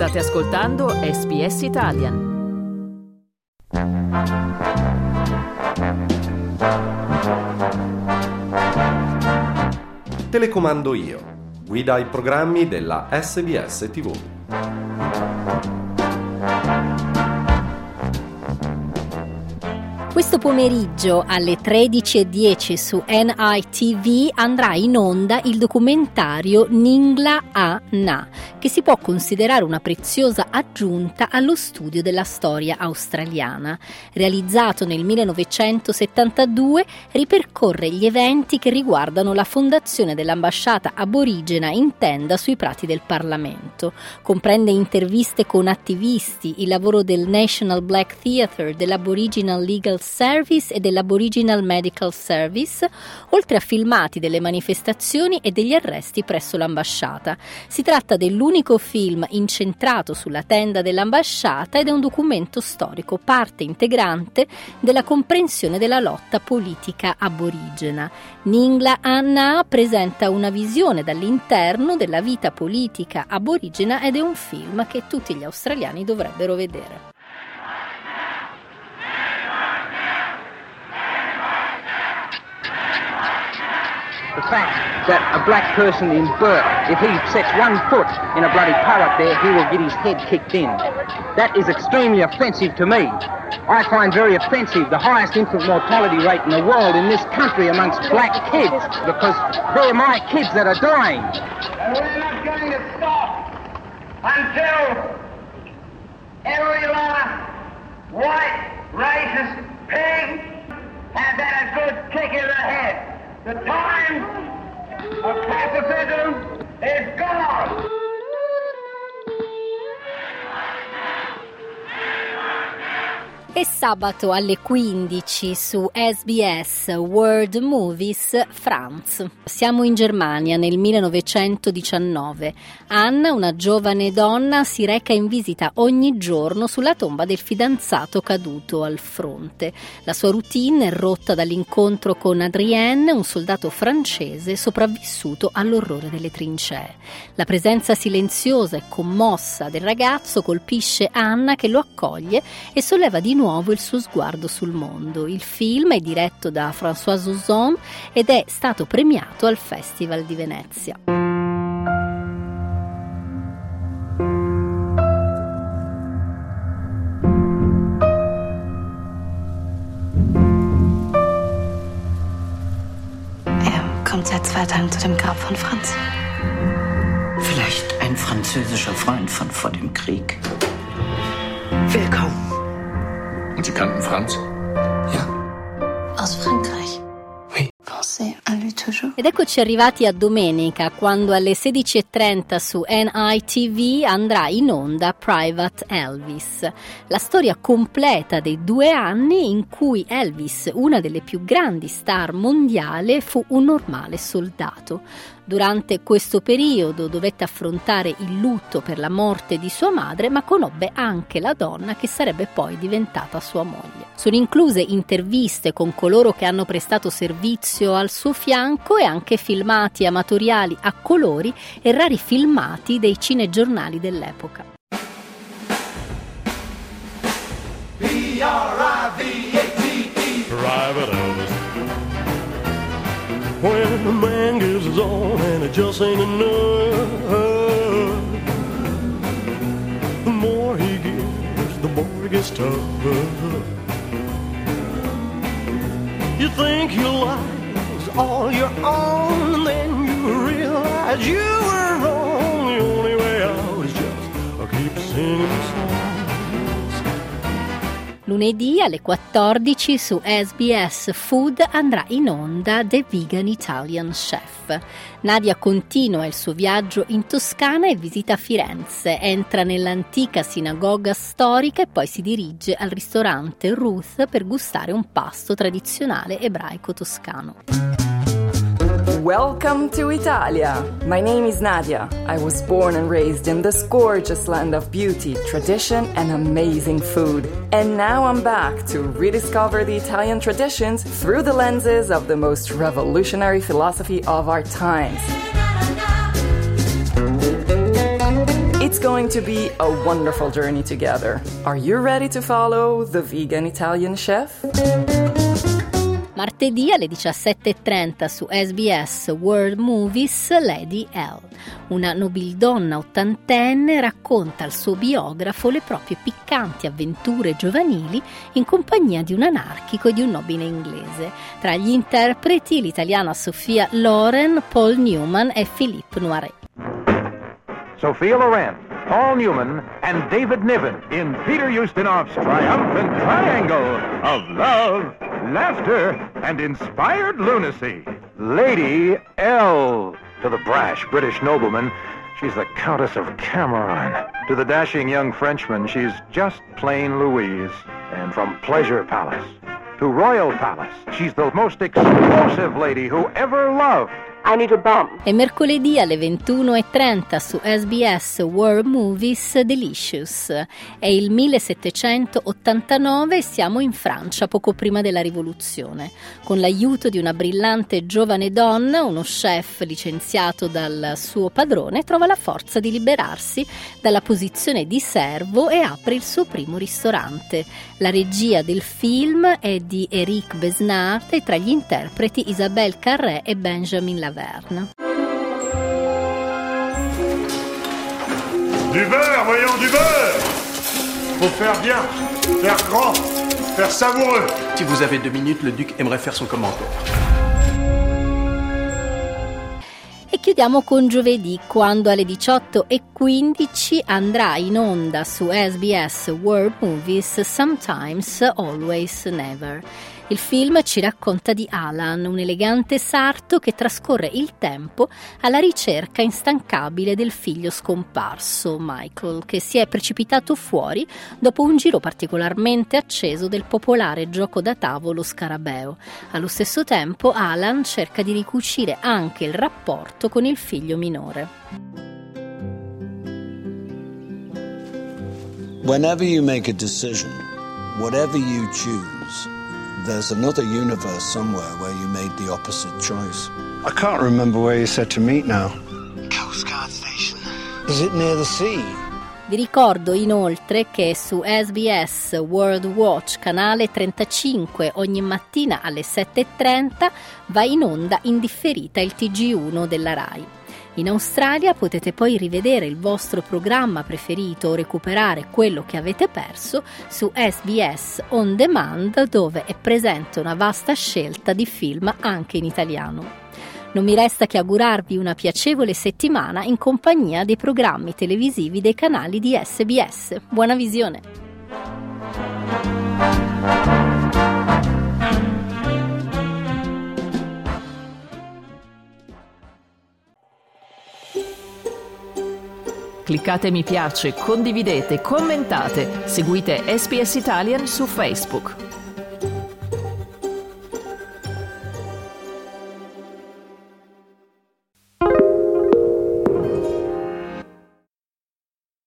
State ascoltando SBS Italian. Telecomando io. Guida ai programmi della SBS TV. Questo pomeriggio alle 13:10 su NITV andrà in onda il documentario Ningla A Na, che si può considerare una preziosa aggiunta allo studio della storia australiana. Realizzato nel 1972, ripercorre gli eventi che riguardano la fondazione dell'ambasciata aborigena in tenda sui prati del Parlamento. Comprende interviste con attivisti, il lavoro del National Black Theatre, dell'Aboriginal Legal Service e dell'Aboriginal Medical Service, oltre a filmati delle manifestazioni e degli arresti presso l'ambasciata. Si tratta dell'unico film incentrato sulla tenda dell'ambasciata ed è un documento storico, parte integrante della comprensione della lotta politica aborigena. Ningla A Na presenta una visione dall'interno della vita politica aborigena ed è un film che tutti gli australiani dovrebbero vedere. The fact that a black person in birth, if he sets one foot in a bloody paddock there, he will get his head kicked in. That is extremely offensive to me. I find very offensive the highest infant mortality rate in the world in this country amongst black kids, because they're my kids that are dying. And we're not going to stop until every last white racist pig has had a good kick in the head. The time of pacifism is gone. E sabato alle 15 su SBS World Movies France. Siamo in Germania nel 1919. Anna, una giovane donna, si reca in visita ogni giorno sulla tomba del fidanzato caduto al fronte. La sua routine è rotta dall'incontro con Adrienne, un soldato francese sopravvissuto all'orrore delle trincee. La presenza silenziosa e commossa del ragazzo colpisce Anna, che lo accoglie e solleva di nuovo il suo sguardo sul mondo. Il film è diretto da François Ozon ed è stato premiato al Festival di Venezia. Kommt seit 2 Tagen zu dem Grab von Franz. Vielleicht ein französischer Freund von vor dem Krieg. Willkommen. Und Sie kannten Franz? Ja. Aus Frankreich. Oui. Pensez à lui toujours. Ed eccoci arrivati a domenica, quando alle 16:30 su NITV andrà in onda Private Elvis, la storia completa dei 2 anni in cui Elvis, una delle più grandi star mondiali, fu un normale soldato. Durante questo periodo dovette affrontare il lutto per la morte di sua madre, ma conobbe anche la donna che sarebbe poi diventata sua moglie. Sono incluse interviste con coloro che hanno prestato servizio al suo fianco e anche filmati amatoriali a colori e rari filmati dei cinegiornali dell'epoca. Private Elvis. When a man gives his all and it just ain't enough, the more he gives, the more it gets tough. You think your life's all your own, and then you realize you were wrong. The only way out is just keep singing songs. Lunedì alle 14 su SBS Food andrà in onda The Vegan Italian Chef. Nadia continua il suo viaggio in Toscana e visita Firenze, entra nell'antica sinagoga storica e poi si dirige al ristorante Ruth per gustare un pasto tradizionale ebraico toscano. Welcome to Italia. My name is Nadia. I was born and raised in this gorgeous land of beauty, tradition, and amazing food. And now I'm back to rediscover the Italian traditions through the lenses of the most revolutionary philosophy of our times. It's going to be a wonderful journey together. Are you ready to follow the vegan Italian chef? Martedì alle 17:30 su SBS World Movies, Lady L. Una nobildonna ottantenne racconta al suo biografo le proprie piccanti avventure giovanili in compagnia di un anarchico e di un nobile inglese. Tra gli interpreti l'italiana Sophia Loren, Paul Newman e Philippe Noiret. Sophia Loren, Paul Newman, and David Niven in Peter Ustinov's triumphant triangle of love, laughter, and inspired lunacy. Lady L. To the brash British nobleman, she's the Countess of Cameron. To the dashing young Frenchman, she's just plain Louise. And from Pleasure Palace to Royal Palace, she's the most explosive lady who ever loved. I need a bomb. E mercoledì alle 21:30 su SBS World Movies, Delicious. È il 1789 e siamo in Francia poco prima della rivoluzione. Con l'aiuto di una brillante giovane donna, uno chef licenziato dal suo padrone trova la forza di liberarsi dalla posizione di servo e apre il suo primo ristorante. La regia del film è di Éric Besnard e tra gli interpreti Isabelle Carré e Benjamin Laverne. Du beurre, voyons, du beurre. Faut faire bien, faire grand, faire savoureux. Si vous avez 2 minutes, le duc aimerait faire son commentaire. E chiudiamo con giovedì, quando alle 18:15 andrà in onda su SBS World Movies Sometimes, Always, Never. Il film ci racconta di Alan, un elegante sarto che trascorre il tempo alla ricerca instancabile del figlio scomparso, Michael, che si è precipitato fuori dopo un giro particolarmente acceso del popolare gioco da tavolo Scarabeo. Allo stesso tempo Alan cerca di ricucire anche il rapporto con il figlio minore. Whenever you make a decision, whatever you choose, there's another universe somewhere where you made the opposite choice. I can't remember where you said to meet now. Coast Guard Station. Is it near the sea? Vi ricordo inoltre che su SBS World Watch, canale 35, ogni mattina alle 7:30 va in onda in differita il TG1 della Rai. In Australia potete poi rivedere il vostro programma preferito o recuperare quello che avete perso su SBS On Demand, dove è presente una vasta scelta di film anche in italiano. Non mi resta che augurarvi una piacevole settimana in compagnia dei programmi televisivi dei canali di SBS. Buona visione! Cliccate mi piace, condividete, commentate, seguite SBS Italian su Facebook.